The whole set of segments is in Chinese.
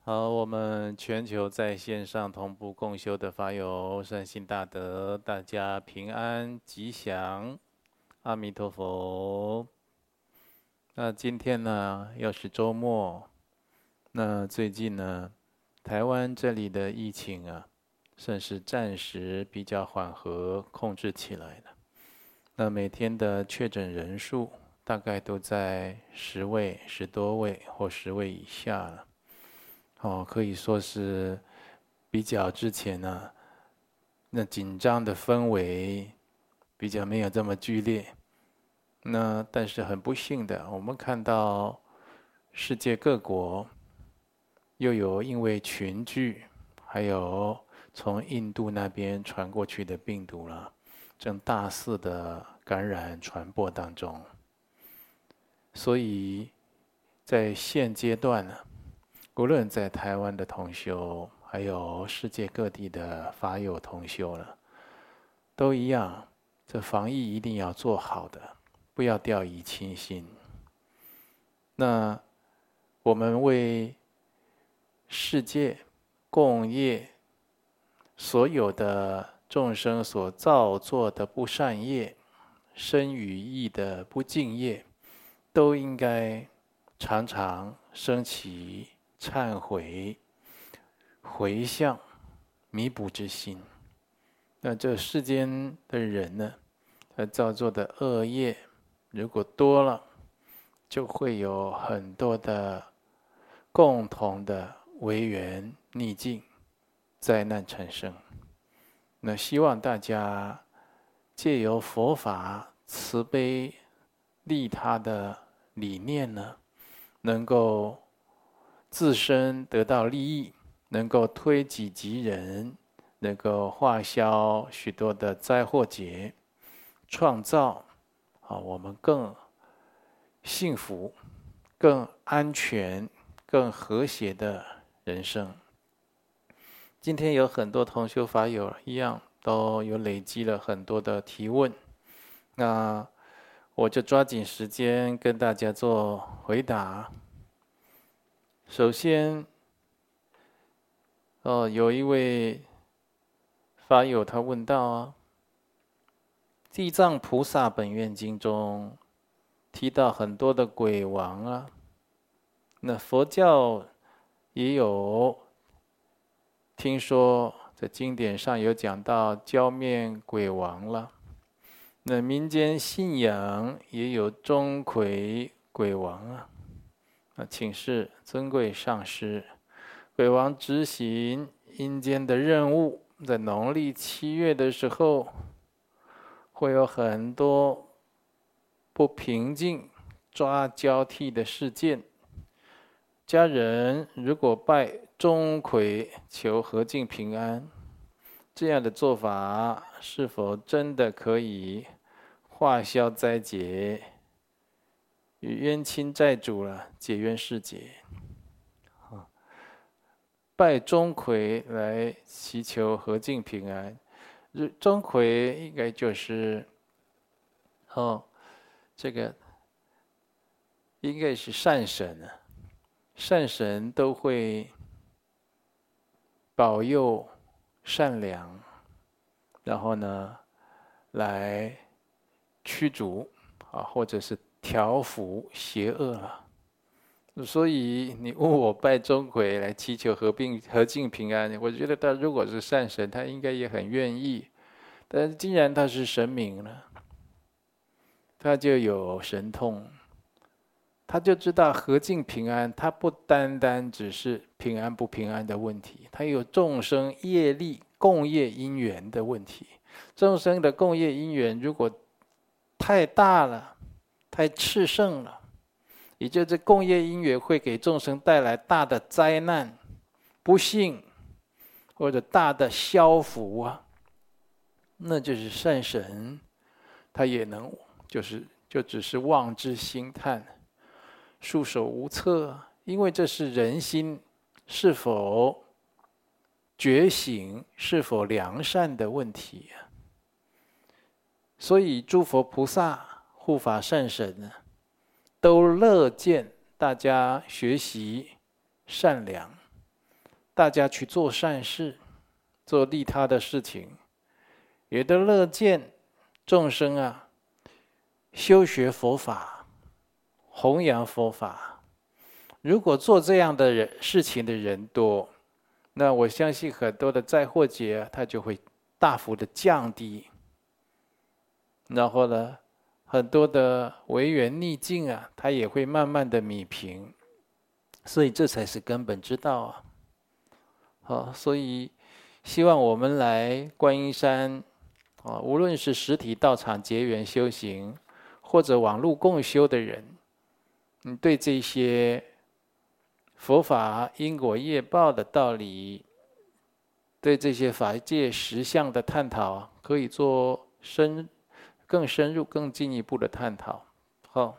好，我们全球在线上同步共修的法友，善心大德，大家平安吉祥，阿弥陀佛。那今天呢，又是周末，那最近呢，台湾这里的疫情啊，算是暂时比较缓和，控制起来了。那每天的确诊人数大概都在10位、10多位或10位以下了。可以说是比较之前呢，那紧张的氛围比较没有这么剧烈。那但是很不幸的，我们看到世界各国又有因为群聚，还有从印度那边传过去的病毒了，正大肆的感染传播当中。所以在现阶段呢，无论在台湾的同修，还有世界各地的法友同修了，都一样，这防疫一定要做好的，不要掉以轻心。那我们为世界共业所有的众生所造作的不善业，身语意的不敬业，都应该常常升起忏悔、回向、弥补之心。那这世间的人呢，他造作的恶业如果多了，就会有很多的共同的违缘逆境、灾难产生。那希望大家借由佛法慈悲利他的理念呢，能够自身得到利益，能够推己及人，能够化消许多的灾祸劫，创造我们更幸福、更安全、更和谐的人生。今天有很多同修法友一样，都有累积了很多的提问，那我就抓紧时间跟大家做回答。首先，有一位法友他问到啊，《地藏菩萨本愿经》中提到很多的鬼王啊，那佛教也有听说在经典上有讲到焦面鬼王了，那民间信仰也有钟馗鬼王啊。请示尊贵上师，鬼王执行阴间的任务，在农历7月的时候，会有很多不平静、抓交替的事件。家人如果拜钟馗求和敬平安，这样的做法是否真的可以化消灾劫，与冤亲债主了解冤释结？拜钟馗来祈求和敬平安，钟馗应该就是这个应该是善神啊，善神都会保佑善良，然后呢来驱逐或者是调伏邪恶了。所以你问我拜钟馗来祈求和敬平安，我觉得他如果是善神，他应该也很愿意。但是既然他是神明了，他就有神通，他就知道和敬平安，他不单单只是平安不平安的问题，他有众生业力共业因缘的问题。众生的共业因缘如果太大了，太炽盛了，也就是共业因缘会给众生带来大的灾难、不幸或者大的消福啊，那就是善神，他也能就只是望之兴叹，束手无策，因为这是人心是否觉醒、是否良善的问题啊。所以诸佛菩萨、护法善神呢，都乐见大家学习善良， 大家去做善事，做利他的事情，也都乐见众生啊修学佛法，弘扬佛法。如果做这样的事情的人多，那我相信很多的灾祸劫它就会大幅的降低，然后呢，很多的违缘逆境啊，它也会慢慢的弭平。所以这才是根本之道啊！好，所以希望我们来观音山啊，无论是实体道场结缘修行，或者网络共修的人，你对这些佛法因果业报的道理，对这些法界实相的探讨，可以做更深入、更进一步的探讨。好，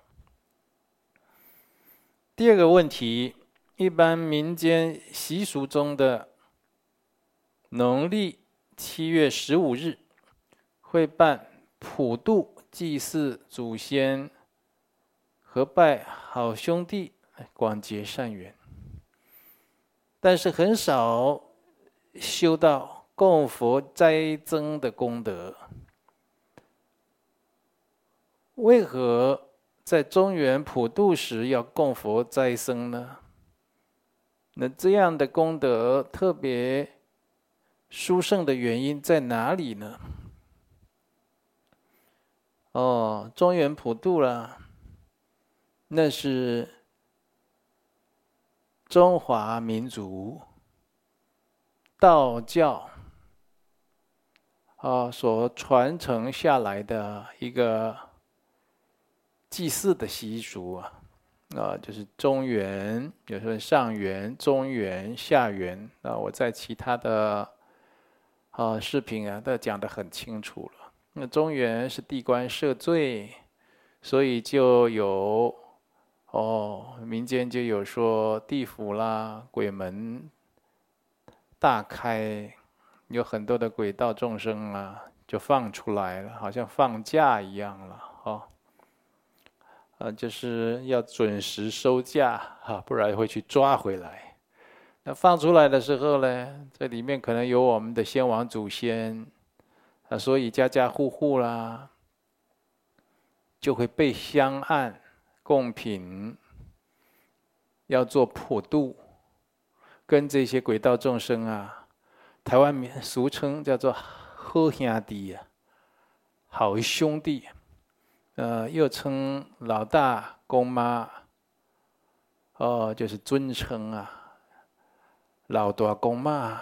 第二个问题，一般民间习俗中的农历7月15日会办普渡祭祀祖先和拜好兄弟，广结善缘，但是很少修到供佛斋僧的功德。为何在中原普渡时要供佛斋僧呢？那这样的功德特别殊胜的原因在哪里呢？中原普渡啦，那是中华民族道教所传承下来的一个祭祀的习俗啊，就是中元，有时候上元、中元、下元我在其他的视频都讲得很清楚了。那中元是地官赦罪，所以就有民间就有说地府啦、鬼门大开，有很多的鬼道众生就放出来了，好像放假一样了就是要准时收假不然会去抓回来。那放出来的时候呢，这里面可能有我们的先王祖先所以家家户户啦就会备香案贡品，要做普渡，跟这些鬼道众生台湾俗称叫做好兄弟好兄弟又称老大公妈就是尊称老大公妈，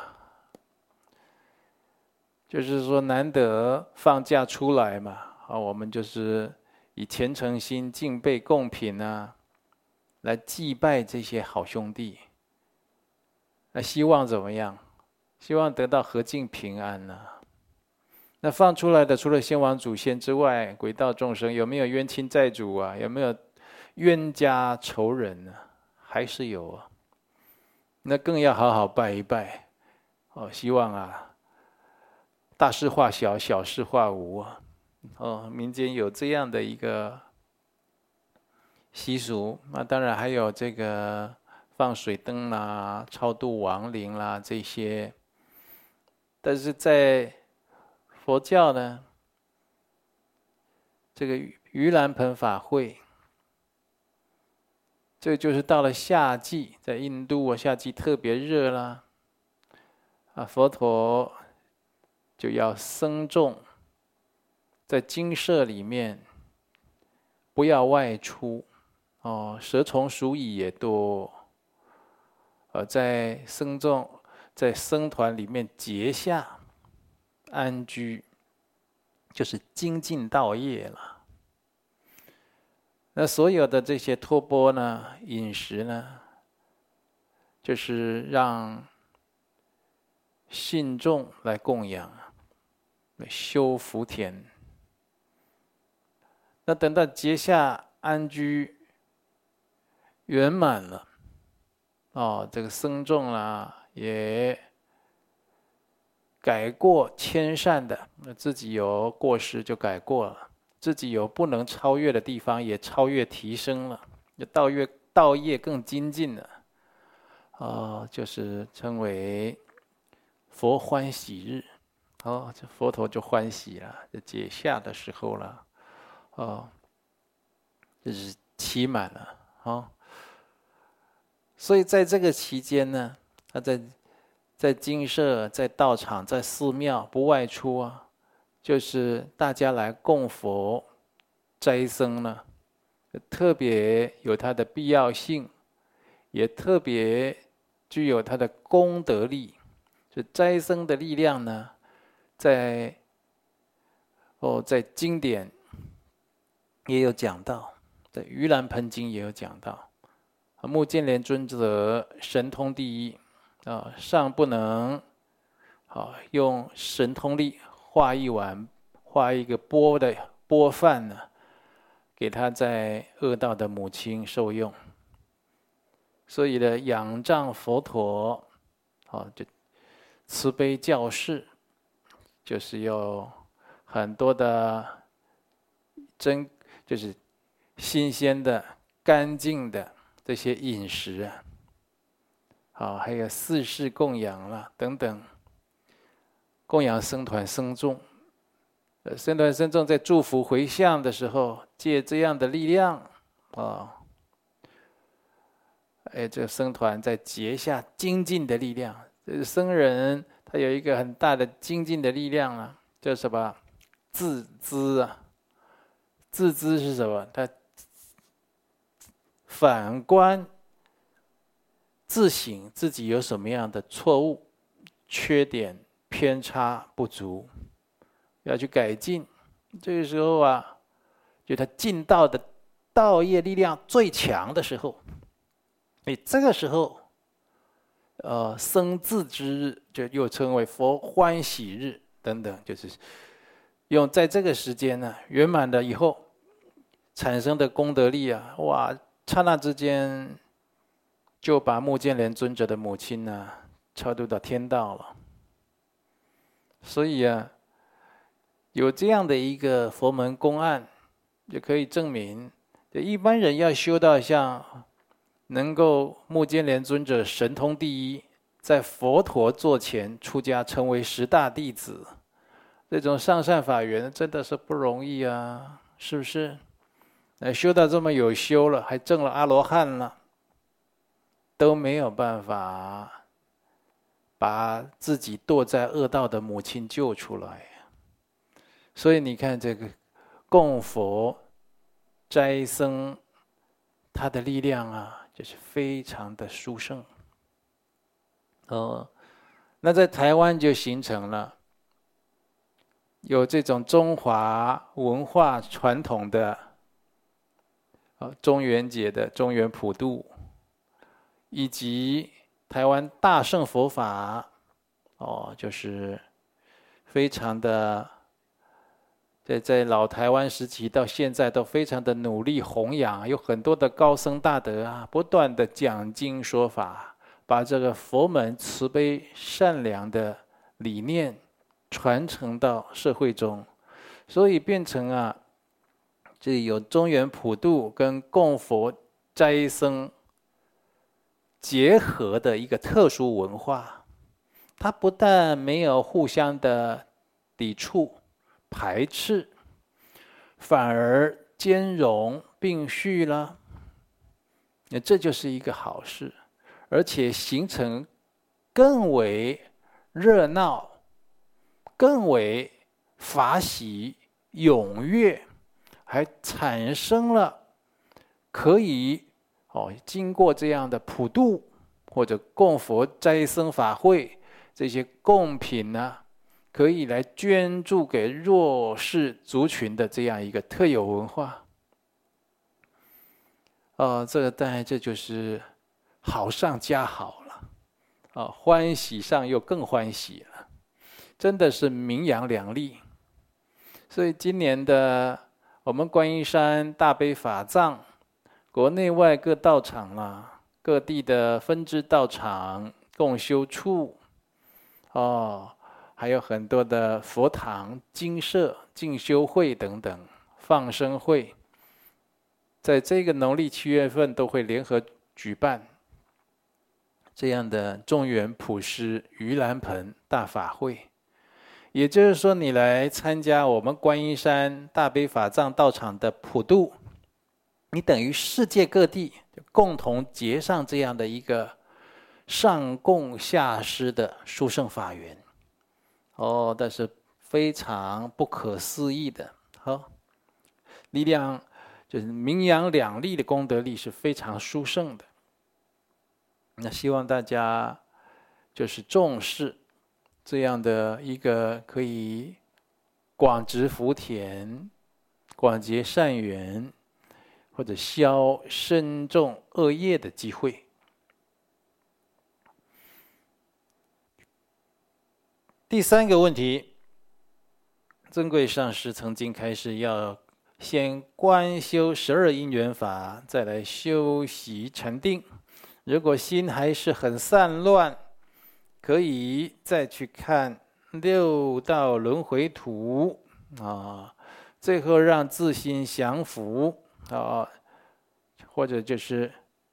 就是说难得放假出来嘛我们就是以虔诚心敬备贡品来祭拜这些好兄弟，那希望怎么样？希望得到和敬平安那放出来的除了先王祖先之外，鬼道众生有没有冤亲债主有没有冤家仇人还是有那更要好好拜一拜希望大事化小，小事化无民间有这样的一个习俗。那当然还有这个放水灯啦、超度亡灵啦这些。但是在佛教呢，这个盂兰盆法会，这就是到了夏季，在印度夏季特别热啦，佛陀就要僧众在精舍里面不要外出蛇虫鼠蚁也多，在僧团里面结下安居，就是精进道业了。那所有的这些托钵呢、饮食呢，就是让信众来供养，修福田。那等到结下安居圆满了，这个僧众也改过迁善的，自己有过失就改过了，自己有不能超越的地方也超越提升了，道业更精进了。 就是称为佛欢喜日。这佛陀就欢喜了，就解夏的时候了，就是期满了，所以在这个期间呢，他在精舍、在道场、在寺庙不外出啊，就是大家来供佛、斋僧呢，特别有它的必要性，也特别具有它的功德力。就斋僧的力量呢，在经典也有讲到，在《盂兰盆经》也有讲到。目犍连尊者神通第一尚不能用神通力画一个钵饭呢，给他在恶道的母亲受用。所以呢，仰仗佛陀就慈悲教示，就是有很多的就是新鲜的、干净的这些饮食还有四世供养啦等等，供养僧团僧众。僧团僧众在祝福回向的时候，借这样的力量这僧团在结下精进的力量。僧人他有一个很大的精进的力量啊，叫什么？自知啊。自知是什么？他反观自省自己有什么样的错误、缺点、偏差、不足，要去改进。这个时候就他进道的道业力量最强的时候，所以这个时候，僧自知日就又称为佛欢喜日等等，就是用在这个时间呢圆满了以后产生的功德力刹那之间就把目犍连尊者的母亲呢超度到天道了。所以有这样的一个佛门公案，就可以证明，一般人要修到像能够目犍连尊者神通第一，在佛陀座前出家成为10大弟子，这种上善法缘真的是不容易啊，是不是？修到这么有修了，还证了阿罗汉了，都没有办法把自己堕在恶道的母亲救出来。所以你看这个供佛斋僧，它的力量就是非常的殊胜。那在台湾就形成了有这种中华文化传统的中元节的中元普渡，以及台湾大乘佛法就是非常的在老台湾时期到现在都非常的努力弘扬，有很多的高僧大德不断的讲经说法，把这个佛门慈悲善良的理念传承到社会中，所以变成这里有中元普渡跟供佛斋僧结合的一个特殊文化。它不但没有互相的抵触排斥，反而兼容并蓄了，这就是一个好事，而且形成更为热闹、更为法喜踊跃，还产生了可以经过这样的普渡或者供佛斋僧法会，这些贡品可以来捐助给弱势族群的这样一个特有文化。这个当然这就是好上加好了，欢喜上又更欢喜了，真的是名扬两利。所以今年的我们观音山大悲法藏，国内外各道场各地的分支道场、共修处，还有很多的佛堂、精舍、进修会等等，放生会，在这个农历7月份都会联合举办。 这样的中原普施盂兰盆大法会。也就是说，你来参加我们观音山大悲法藏道场的普渡，你等于世界各地共同结上这样的一个上供下施的殊胜法缘。但是非常不可思议的，力量就是名扬两利的功德力是非常殊胜的。那希望大家就是重视这样的一个可以广植福田、广结善缘或者消深重恶业的机会。第三个问题，尊贵上师曾经开始要先观修12因缘法，再来修习禅定。如果心还是很散乱，可以再去看6道轮回图最后让自心降伏或者就是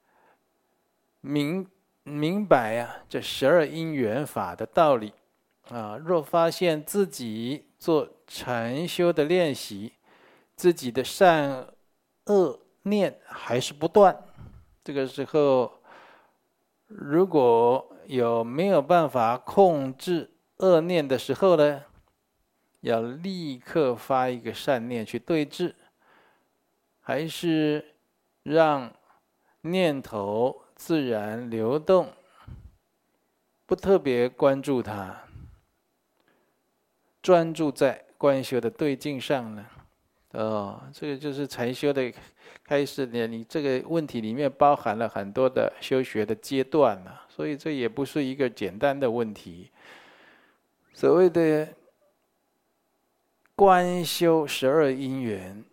明白这12因缘法的道理若发现自己做禅修的练习，自己的善恶念还是不断，这个时候如果没有办法控制恶念的时候呢，要立刻发一个善念去对治，还是让念头自然流动，不特别关注它，专注在观修的对境上呢？这个就是禅修的开始呢。你这个问题里面包含了很多的修学的阶段所以这也不是一个简单的问题。所谓的观修12因缘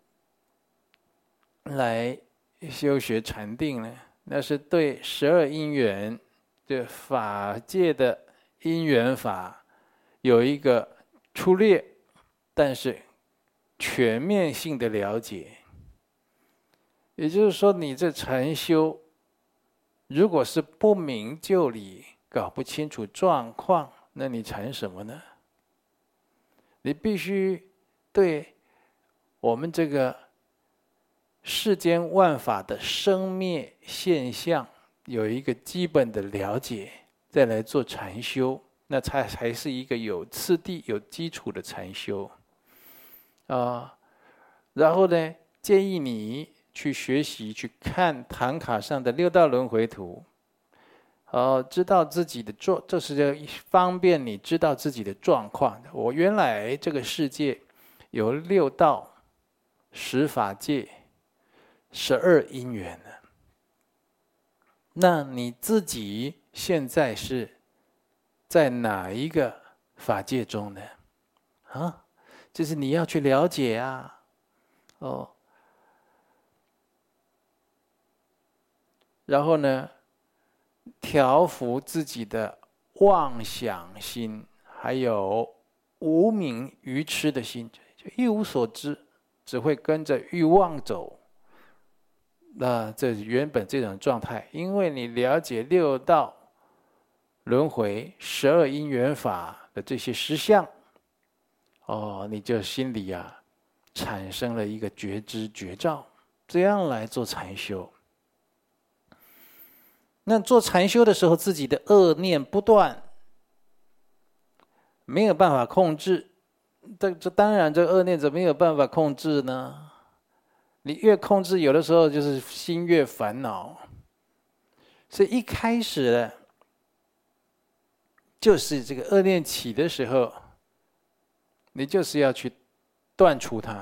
来修学禅定呢，那是对12因缘的法界的因缘法有一个粗略但是全面性的了解。也就是说，你这禅修如果是不明就里，搞不清楚状况，那你禅什么呢？你必须对我们这个世间万法的生灭现象有一个基本的了解，再来做禅修，那才是一个有次第、有基础的禅修然后呢，建议你去学习，去看唐卡上的6道轮回图，知道自己的这是方便你知道自己的状况。我原来这个世界有6道10法界12因缘那你自己现在是在哪一个法界中呢？就是你要去了解然后呢，调伏自己的妄想心，还有无明愚痴的心，就一无所知，只会跟着欲望走。那这原本这种状态，因为你了解6道轮回12因缘法的这些实相，你就心里产生了一个觉知觉照，这样来做禅修。那做禅修的时候，自己的恶念不断，没有办法控制。这当然，这恶念怎么没有办法控制呢？你越控制，有的时候就是心越烦恼。所以一开始呢，就是这个恶念起的时候，你就是要去断除它。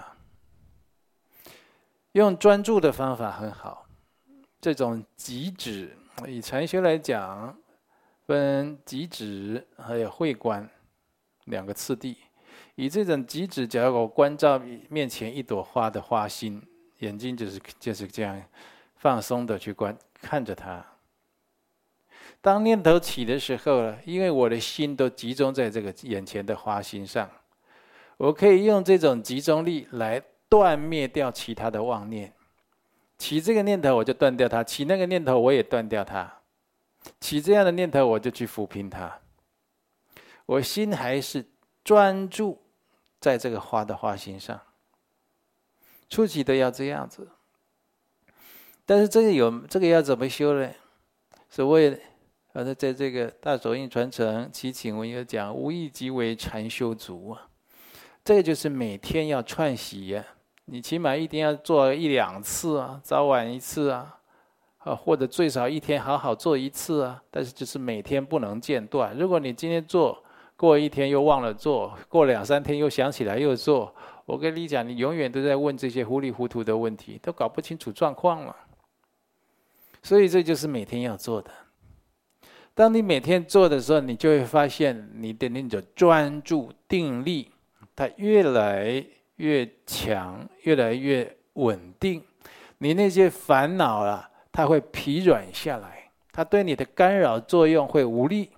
用专注的方法很好，这种极止，以禅修来讲，分极止还有慧观2个次第。以这种极止，假如我关照面前一朵花的花心，眼睛就是这样放松的去看着它。当念头起的时候，因为我的心都集中在这个眼前的花心上，我可以用这种集中力来断灭掉其他的妄念。起这个念头我就断掉它，起那个念头我也断掉它。 起这样的念头，我就去抚平它。我心还是专注在这个花的花心上。初期的要这样子，但是这个要怎么修呢？所谓在这个大手印传承祈请文有讲，无意即为禅修足啊。这个就是每天要串习呀，你起码一定要做1-2次啊，早晚1次啊，或者最少一天好好做1次啊。但是就是每天不能间断。如果你今天做，过1天又忘了做，过2-3天又想起来又做，我跟你讲，你永远都在问这些糊里糊涂的问题，都搞不清楚状况了。所以这就是每天要做的。当你每天做的时候，你就会发现你的那种专注定力，它越来越强，越来越稳定。你那些烦恼啊，它会疲软下来，它对你的干扰作用会无力。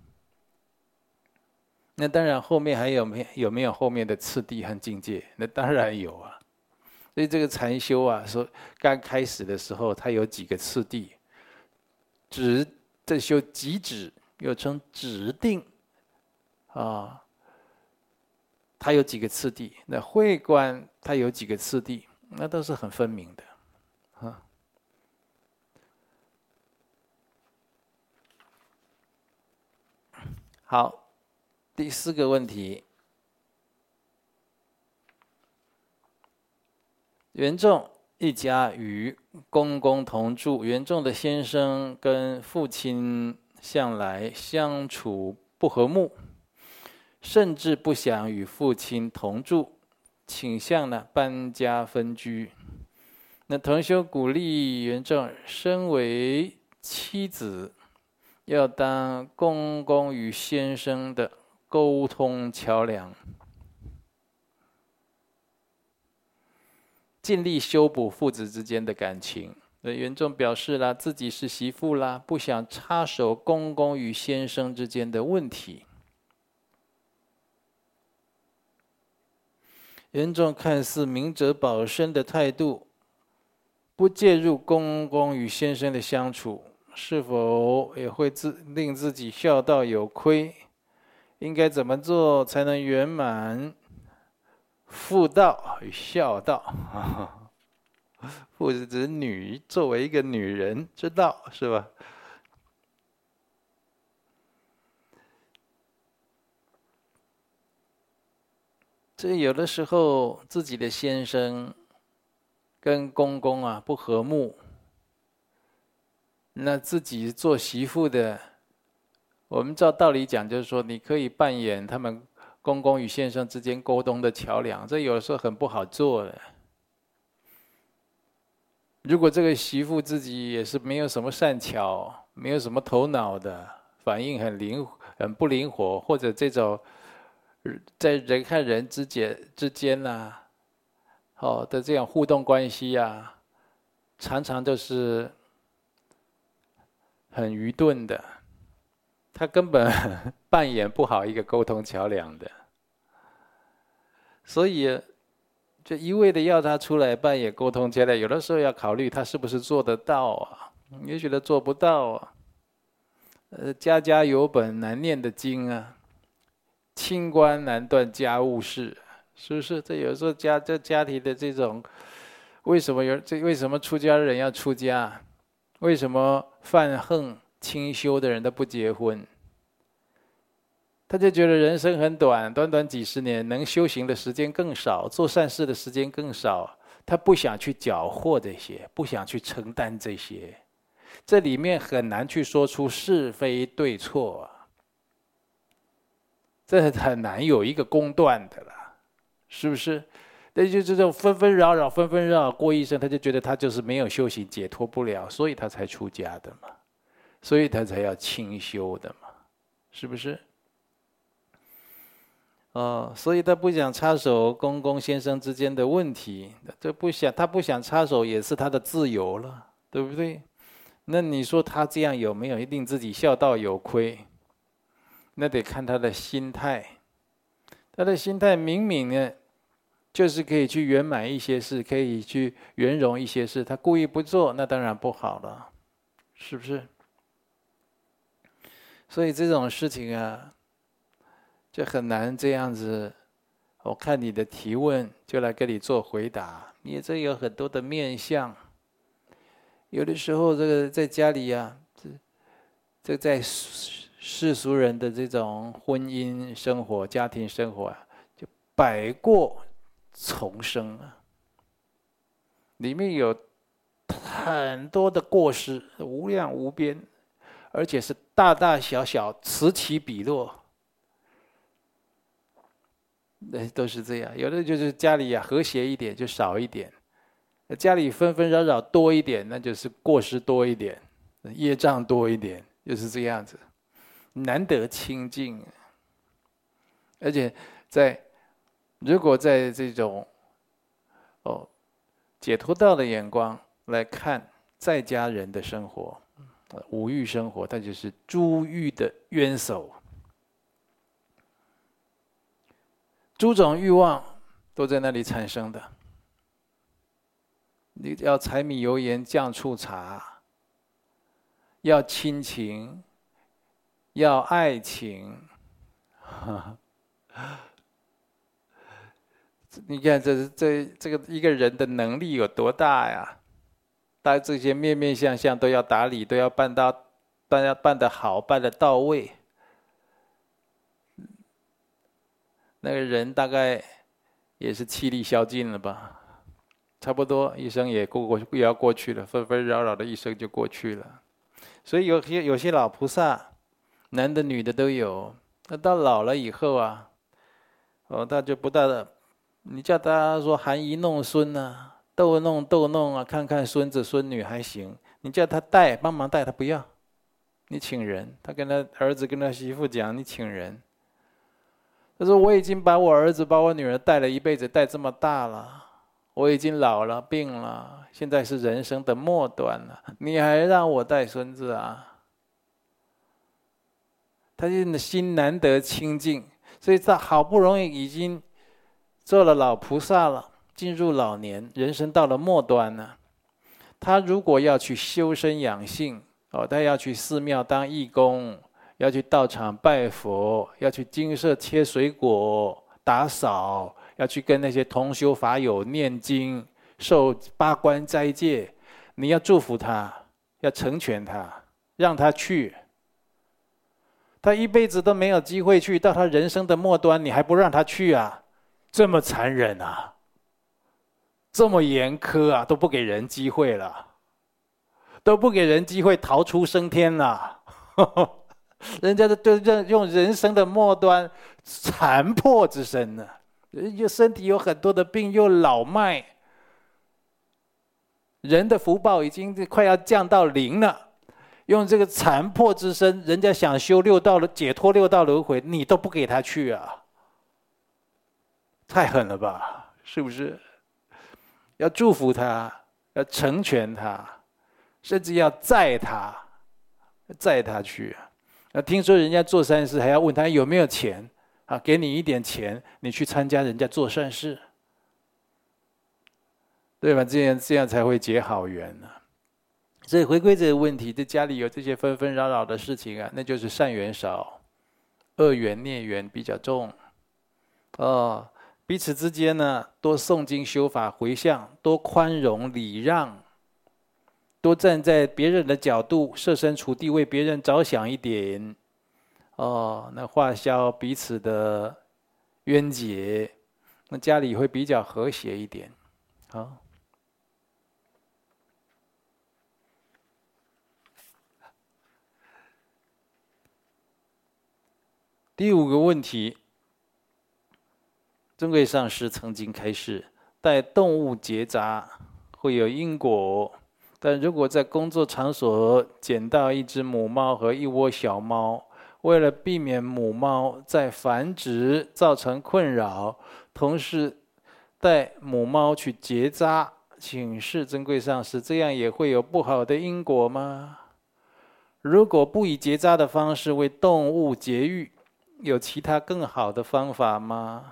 那当然，后面还有没有后面的次第和境界？那当然有啊。所以这个禅修啊，说刚开始的时候，它有几个次第。这修即止，又称止定，啊，它有几个次第。那慧观它有几个次第，那都是很分明的，啊。好，第4个问题，缘众一家与公公同住，缘众的先生跟父亲向来相处不和睦，甚至不想与父亲同住，倾向呢搬家分居。那同修鼓励缘众，身为妻子，要当公公与先生的沟通桥梁，尽力修补父子之间的感情。缘众表示啦，自己是媳妇啦，不想插手公公与先生之间的问题。缘众看似明哲保身的态度，不介入公公与先生的相处，是否也会令自己孝道有亏？应该怎么做才能圆满妇道与孝道？妇是指女，作为一个女人之道，是吧？这有的时候自己的先生跟公公啊不和睦，那自己做媳妇的，我们照道理讲，就是说你可以扮演他们公公与先生之间沟通的桥梁，这有的时候很不好做的。如果这个媳妇自己也是没有什么善巧，没有什么头脑的，反应很不灵活，或者这种在人和人之间啊，的这样互动关系啊，常常都是很愚钝的，他根本扮演不好一个沟通桥梁的，所以就一味的要他出来扮演沟通桥梁，有的时候要考虑他是不是做得到啊？也许他做不到啊。家家有本难念的经啊，清官难断家务事，是不是？这有时候家庭的这种，为什么出家人要出家？为什么犯横清修的人都不结婚？他就觉得人生很短，短短几十年，能修行的时间更少，做善事的时间更少。他不想去缴获这些，不想去承担这些，这里面很难去说出是非对错啊，这很难有一个公断的啦，是不是？那就这种纷纷扰扰过一生，他就觉得他就是没有修行，解脱不了，所以他才出家的嘛，所以他才要清修的嘛，是不是？所以他不想插手公公先生之间的问题，他不想插手也是他的自由了，对不对？那你说他这样有没有令自己孝道有亏？那得看他的心态。他的心态明明呢，就是可以去圆满一些事，可以去圆融一些事，他故意不做，那当然不好了，是不是？ 所以这种事情啊，就很难这样子。我看你的提问，就来跟你做回答。你这有很多的面向，有的时候这个在家里啊，这在世俗人的这种婚姻生活、家庭生活啊，就百过丛生啊，里面有很多的过失，无量无边，而且是大大小小，此起彼落。都是这样，有的就是家里啊和谐一点就少一点，家里纷纷扰扰多一点，那就是过失多一点，业障多一点，就是这样子，难得清净。而且如果在这种解脱道的眼光来看在家人的生活，五欲生活，它就是诸欲的渊薮。诸种欲望都在那里产生的。你要柴米油盐酱醋茶，要亲情，要爱情，你看这个一个人的能力有多大呀？但这些面面相相都要打理，都要办得好，办得到位。那个人大概也是气力消尽了吧，差不多一生也要过去了，纷纷扰扰的一生就过去了。所以有些老菩萨，男的女的都有，那到老了以后啊，他就不大的，你叫他说含饴弄孙啊，逗弄啊，看看孙子孙女还行，你叫他帮忙带，他不要，你请人，他跟他儿子跟他媳妇讲，你请人。他说：“我已经把我儿子、把我女儿带了一辈子，带这么大了，我已经老了、病了，现在是人生的末端了，你还让我带孙子啊？”他现在心难得清净，所以他好不容易已经做了老菩萨了，进入老年，人生到了末端了。他如果要去修身养性，他要去寺庙当义工。要去道场拜佛，要去精舍切水果、打扫，要去跟那些同修法友念经、受八关斋戒。你要祝福他，要成全他，让他去。他一辈子都没有机会去，到他人生的末端，你还不让他去啊？这么残忍啊！这么严苛啊！都不给人机会了，都不给人机会逃出升天了。人家都用人生的末端残破之身呢，身体有很多的病，又老迈，人的福报已经快要降到零了，用这个残破之身，人家想修六道解脱六道轮回，你都不给他去啊，太狠了吧？是不是？要祝福他，要成全他，甚至要载他去啊。听说人家做善事，还要问他有没有钱啊？给你一点钱，你去参加人家做善事，对吧？这样才会结好缘呢。所以回归这个问题，在家里有这些纷纷扰扰的事情啊，那就是善缘少，恶缘孽缘比较重。彼此之间呢，多诵经修法回向，多宽容礼让。多站在别人的角度，设身处地为别人着想一点，那化消彼此的冤结，那家里会比较和谐一点。好，第5个问题，尊贵上师曾经开示，带动物结扎会有因果。但如果在工作场所捡到一只母猫和一窝小猫，为了避免母猫在繁殖造成困扰，同时带母猫去结扎，请示尊贵上师，这样也会有不好的因果吗？如果不以结扎的方式为动物节育，有其他更好的方法吗？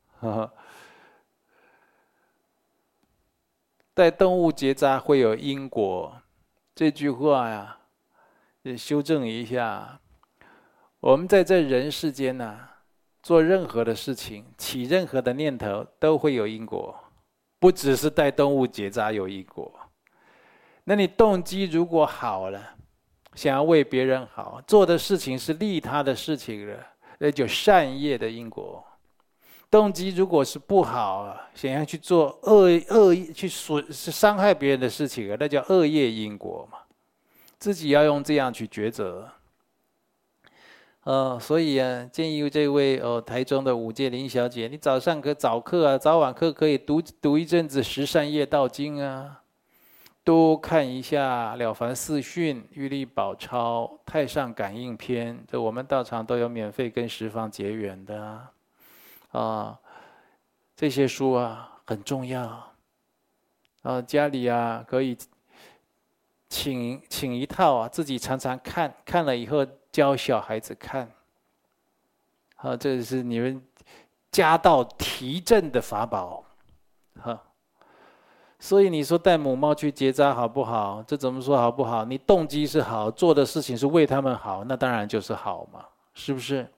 带动物结扎会有因果，这句话呀，修正一下。 我们在这人世间呢，做任何的事情，起任何的念头，都会有因果，不只是带动物结扎有因果。那你动机如果好了，想要为别人好，做的事情是利他的事情了，那就善业的因果。动机如果是不好，想要去做恶去伤害别人的事情，那叫恶业因果嘛。自己要用这样去抉择。所以啊，建议这位台中的五戒林小姐，你早上早课啊，早晚课可以读一阵子《十善业道经》啊，多看一下《了凡四训》《玉历宝钞》《太上感应篇》，这我们道场都有免费跟十方结缘的这些书啊很重要。家里啊可以请一套啊，自己常常看了以后教小孩子看。这是你们家道提振的法宝。所以你说带母猫去结扎好不好？这怎么说好不好？你动机是好，做的事情是为他们好，那当然就是好嘛，是不是？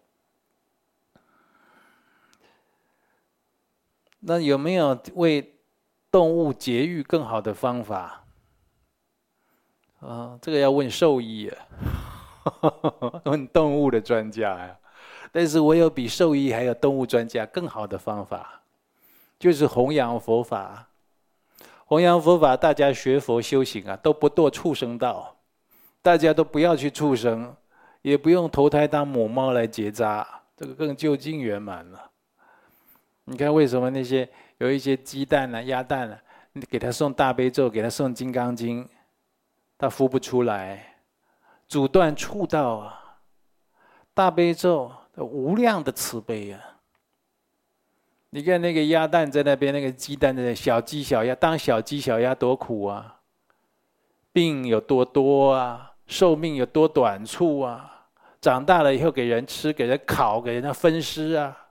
那有没有为动物节育更好的方法？这个要问兽医啊，问动物的专家呀。但是我有比兽医还有动物专家更好的方法，就是弘扬佛法。弘扬佛法，大家学佛修行啊，都不堕畜生道，大家都不要去畜生，也不用投胎当母猫来结扎，这个更究竟圆满了。你看为什么那些有一些鸡蛋啊、鸭蛋啊，你给他送大悲咒，给他送金刚经，他孵不出来，阻断畜道啊！大悲咒无量的慈悲啊！你看那个鸭蛋在那边，那个鸡蛋在小鸡小鸭，当小鸡小鸭多苦啊，病有多多啊，寿命有多短促啊，长大了以后给人吃，给人烤，给人家分尸啊，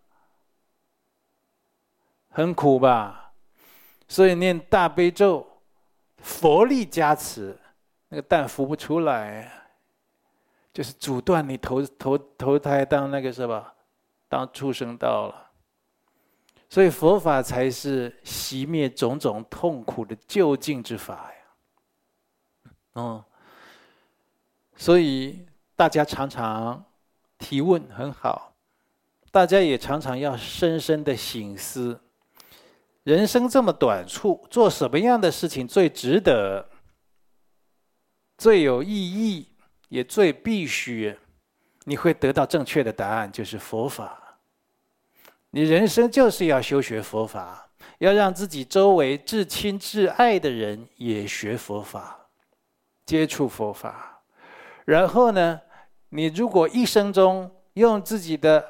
很苦吧？所以念大悲咒，佛力加持，那个蛋孵不出来，就是阻断你投胎当那个什么，当畜生道了。所以佛法才是熄灭种种痛苦的究竟之法呀。所以大家常常提问很好，大家也常常要深深的省思，人生这么短促，做什么样的事情最值得、最有意义，也最必须？你会得到正确的答案，就是佛法。你人生就是要修学佛法，要让自己周围至亲至爱的人也学佛法，接触佛法。然后呢，你如果一生中用自己的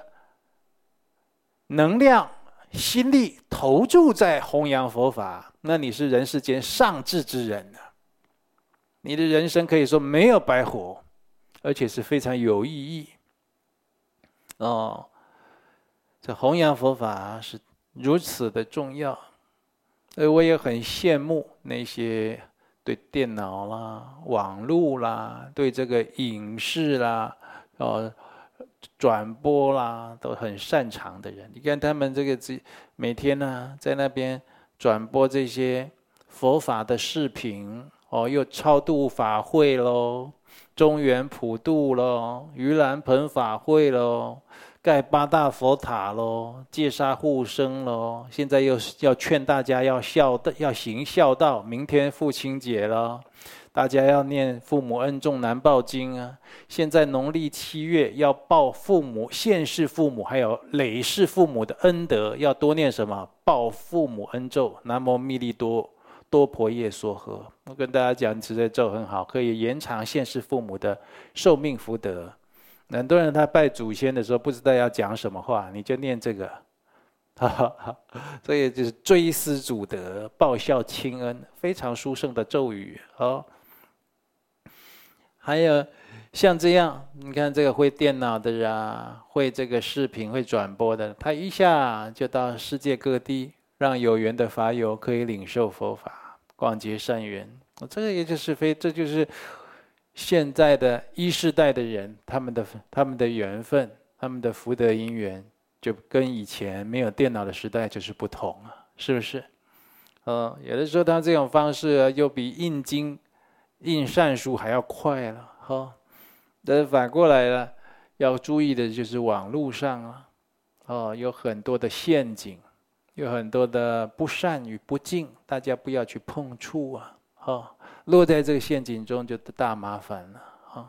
能量、心力投注在弘扬佛法，那你是人世间上智之人了。你的人生可以说没有白活，而且是非常有意义。这弘扬佛法是如此的重要，所以我也很羡慕那些对电脑啦、网络啦、对这个影视啦、转播啦都很擅长的人。你看他们这个每天呢，在那边转播这些佛法的视频，又超度法会咯，中元普渡咯，盂兰盆法会咯，盖8大佛塔咯，戒杀护生咯，现在又要劝大家要行孝道，明天父亲节了，大家要念父母恩重难报经啊。现在农历7月要报父母、现世父母还有累世父母的恩德，要多念什么？报父母恩咒，南无密栗多婆夜娑诃。我跟大家讲，持这咒很好，可以延长现世父母的寿命福德。很多人他拜祖先的时候不知道要讲什么话，你就念这个，所以就是追思祖德、报效亲恩，非常殊胜的咒语。还有像这样，你看这个会电脑的啊，会这个视频、会转播的，他一下就到世界各地，让有缘的法友可以领受佛法，广结善缘。这个也就是这就是现在的一世代的人，他们的缘分，他们的福德因缘，就跟以前没有电脑的时代就是不同啊，是不是？有的时候他这种方式又比印经、印善书还要快了，但是反过来了，要注意的就是网络上有很多的陷阱，有很多的不善与不敬，大家不要去碰触啊，落在这个陷阱中就大麻烦了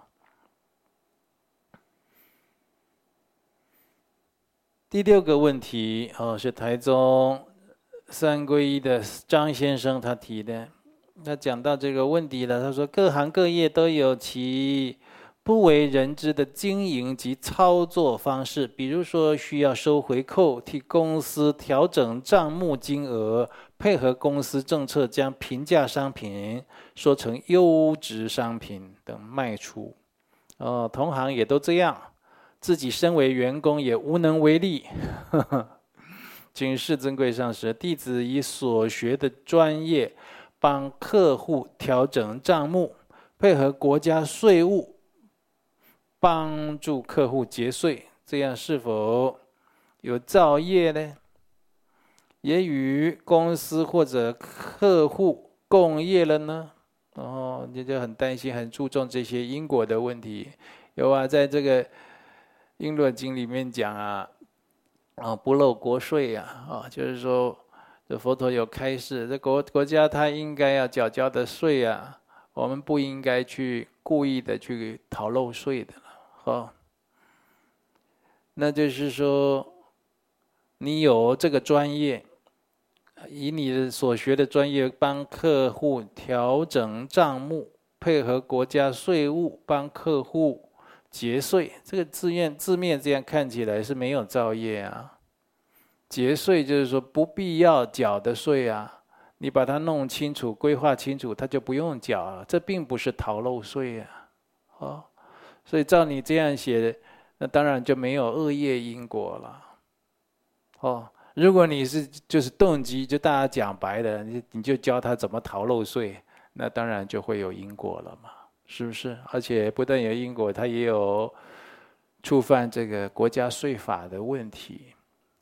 第6个问题是台中三皈依的张先生他提的，他讲到这个问题了，他说各行各业都有其不为人知的经营及操作方式，比如说需要收回扣，替公司调整账目金额，配合公司政策将平价商品说成优质商品等卖出。同行也都这样，自己身为员工也无能为力。请示尊贵上师，弟子以所学的专业帮客户调整账目，配合国家税务帮助客户节税，这样是否有造业呢？也与公司或者客户共业了呢？你就很担心，很注重这些因果的问题。有啊，在这个《璎珞经》里面讲不漏国税就是说，这佛陀有开示，这国家他应该要缴的税我们不应该去故意的去逃漏税的了那就是说，你有这个专业，以你的所学的专业帮客户调整账目，配合国家税务帮客户节税，这个字面这样看起来是没有造业节税就是说不必要缴的税你把它弄清楚、规划清楚，它就不用缴了。这并不是逃漏税所以照你这样写，那当然就没有恶业因果了如果你就是动机，就大家讲白了，你就教他怎么逃漏税，那当然就会有因果了嘛。是不是？而且不但有因果，它也有触犯这个国家税法的问题。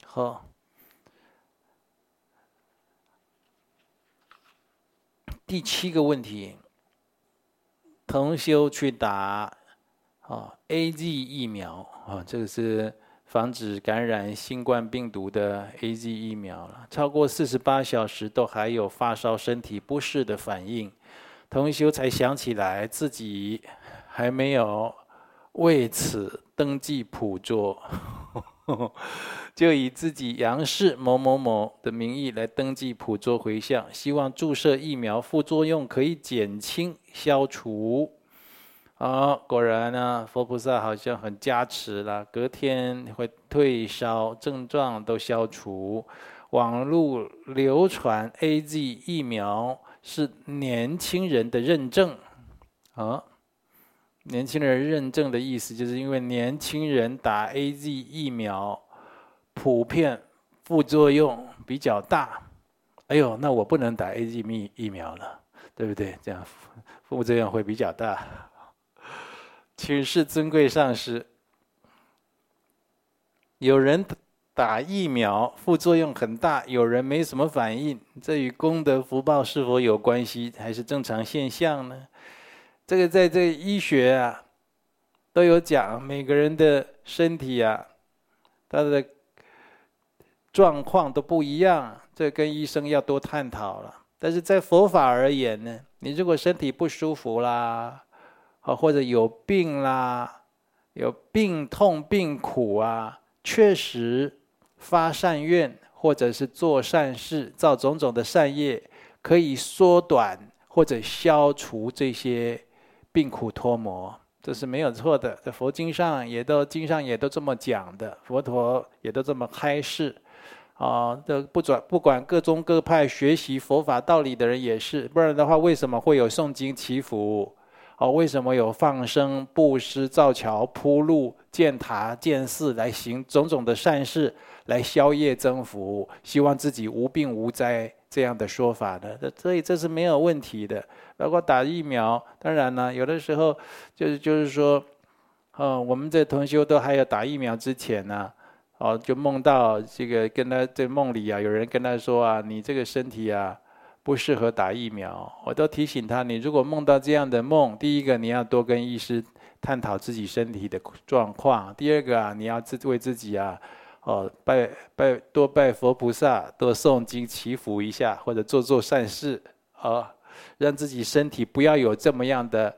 第7个问题，同修去打AZ 疫苗这个是防止感染新冠病毒的 AZ 疫苗了，超过48小时都还有发烧、身体不适的反应。同修才想起来自己还没有为此登记普桌，就以自己杨氏某某某的名义来登记普桌回向，希望注射疫苗副作用可以减轻消除。果然佛菩萨好像很加持了，隔天会退烧，症状都消除。网络流传 AZ 疫苗是年轻人的认证年轻人认证的意思，就是因为年轻人打 AZ 疫苗，普遍副作用比较大。哎呦，那我不能打 AZ 疫苗了，对不对？这样副作用会比较大。请示尊贵上师，有人打疫苗副作用很大，有人没什么反应，这与功德福报是否有关系，还是正常现象呢？这个在这医学都有讲，每个人的身体他的状况都不一样，这跟医生要多探讨了。但是在佛法而言呢，你如果身体不舒服啦，或者有病啦，有病痛病苦确实发善愿或者是做善事，造种种的善业，可以缩短或者消除这些病苦脱磨，这是没有错的。在佛经上也都这么讲的，佛陀也都这么开示不管各宗各派学习佛法道理的人也是，不然的话为什么会有诵经祈福为什么有放生、布施、造桥、铺路、建塔、建寺，来行种种的善事，来消业增福，希望自己无病无灾， 这样的说法的，所以这是没有问题的。包括打疫苗，当然呢，有的时候就是说，我们在同修都还有打疫苗之前呢，就梦到这个跟他在梦里啊，有人跟他说啊，你这个身体啊不适合打疫苗。我都提醒他，你如果梦到这样的梦，第一个你要多跟医师探讨自己身体的状况，第二个啊，你要为自己啊。多拜佛菩萨，多诵经祈福一下，或者做善事，让自己身体不要有这么样的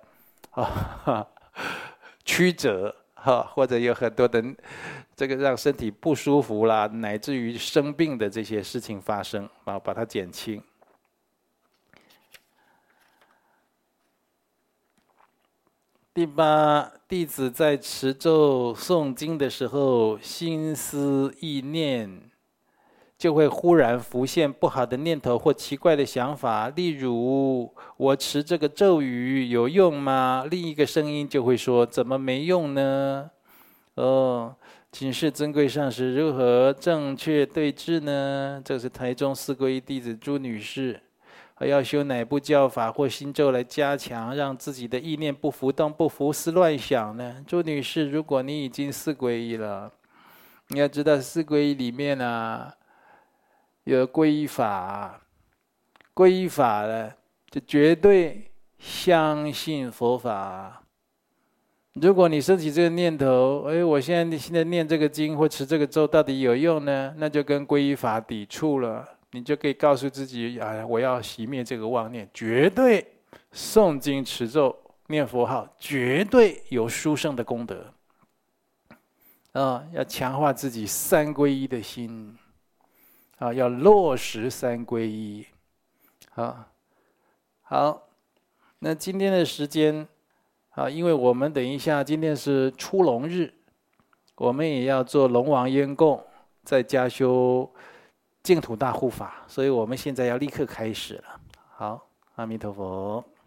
曲折，或者有很多的这个让身体不舒服啦，乃至于生病的这些事情发生，把它减轻。第八，弟子在持咒诵经的时候，心思意念就会忽然浮现不好的念头或奇怪的想法，例如我持这个咒语有用吗？另一个声音就会说怎么没用呢？请示尊贵上师如何正确对治呢？这是台中四皈依弟子朱女士。要修哪部教法或心咒来加强，让自己的意念不浮动、不胡思乱想呢？朱女士，如果你已经四皈依了，你要知道四皈依里面啊，有皈依法，皈依法呢，就绝对相信佛法。如果你升起这个念头，我现在念这个经或持这个咒到底有用呢？那就跟皈依法抵触了。你就可以告诉自己我要熄灭这个妄念，绝对诵经持咒念佛号，绝对有殊胜的功德。要强化自己三皈依的心，要落实三皈依。好，那今天的时间因为我们等一下今天是出笼日，我们也要做龙王烟供，再加修净土大护法，所以我们现在要立刻开始了。好，阿弥陀佛。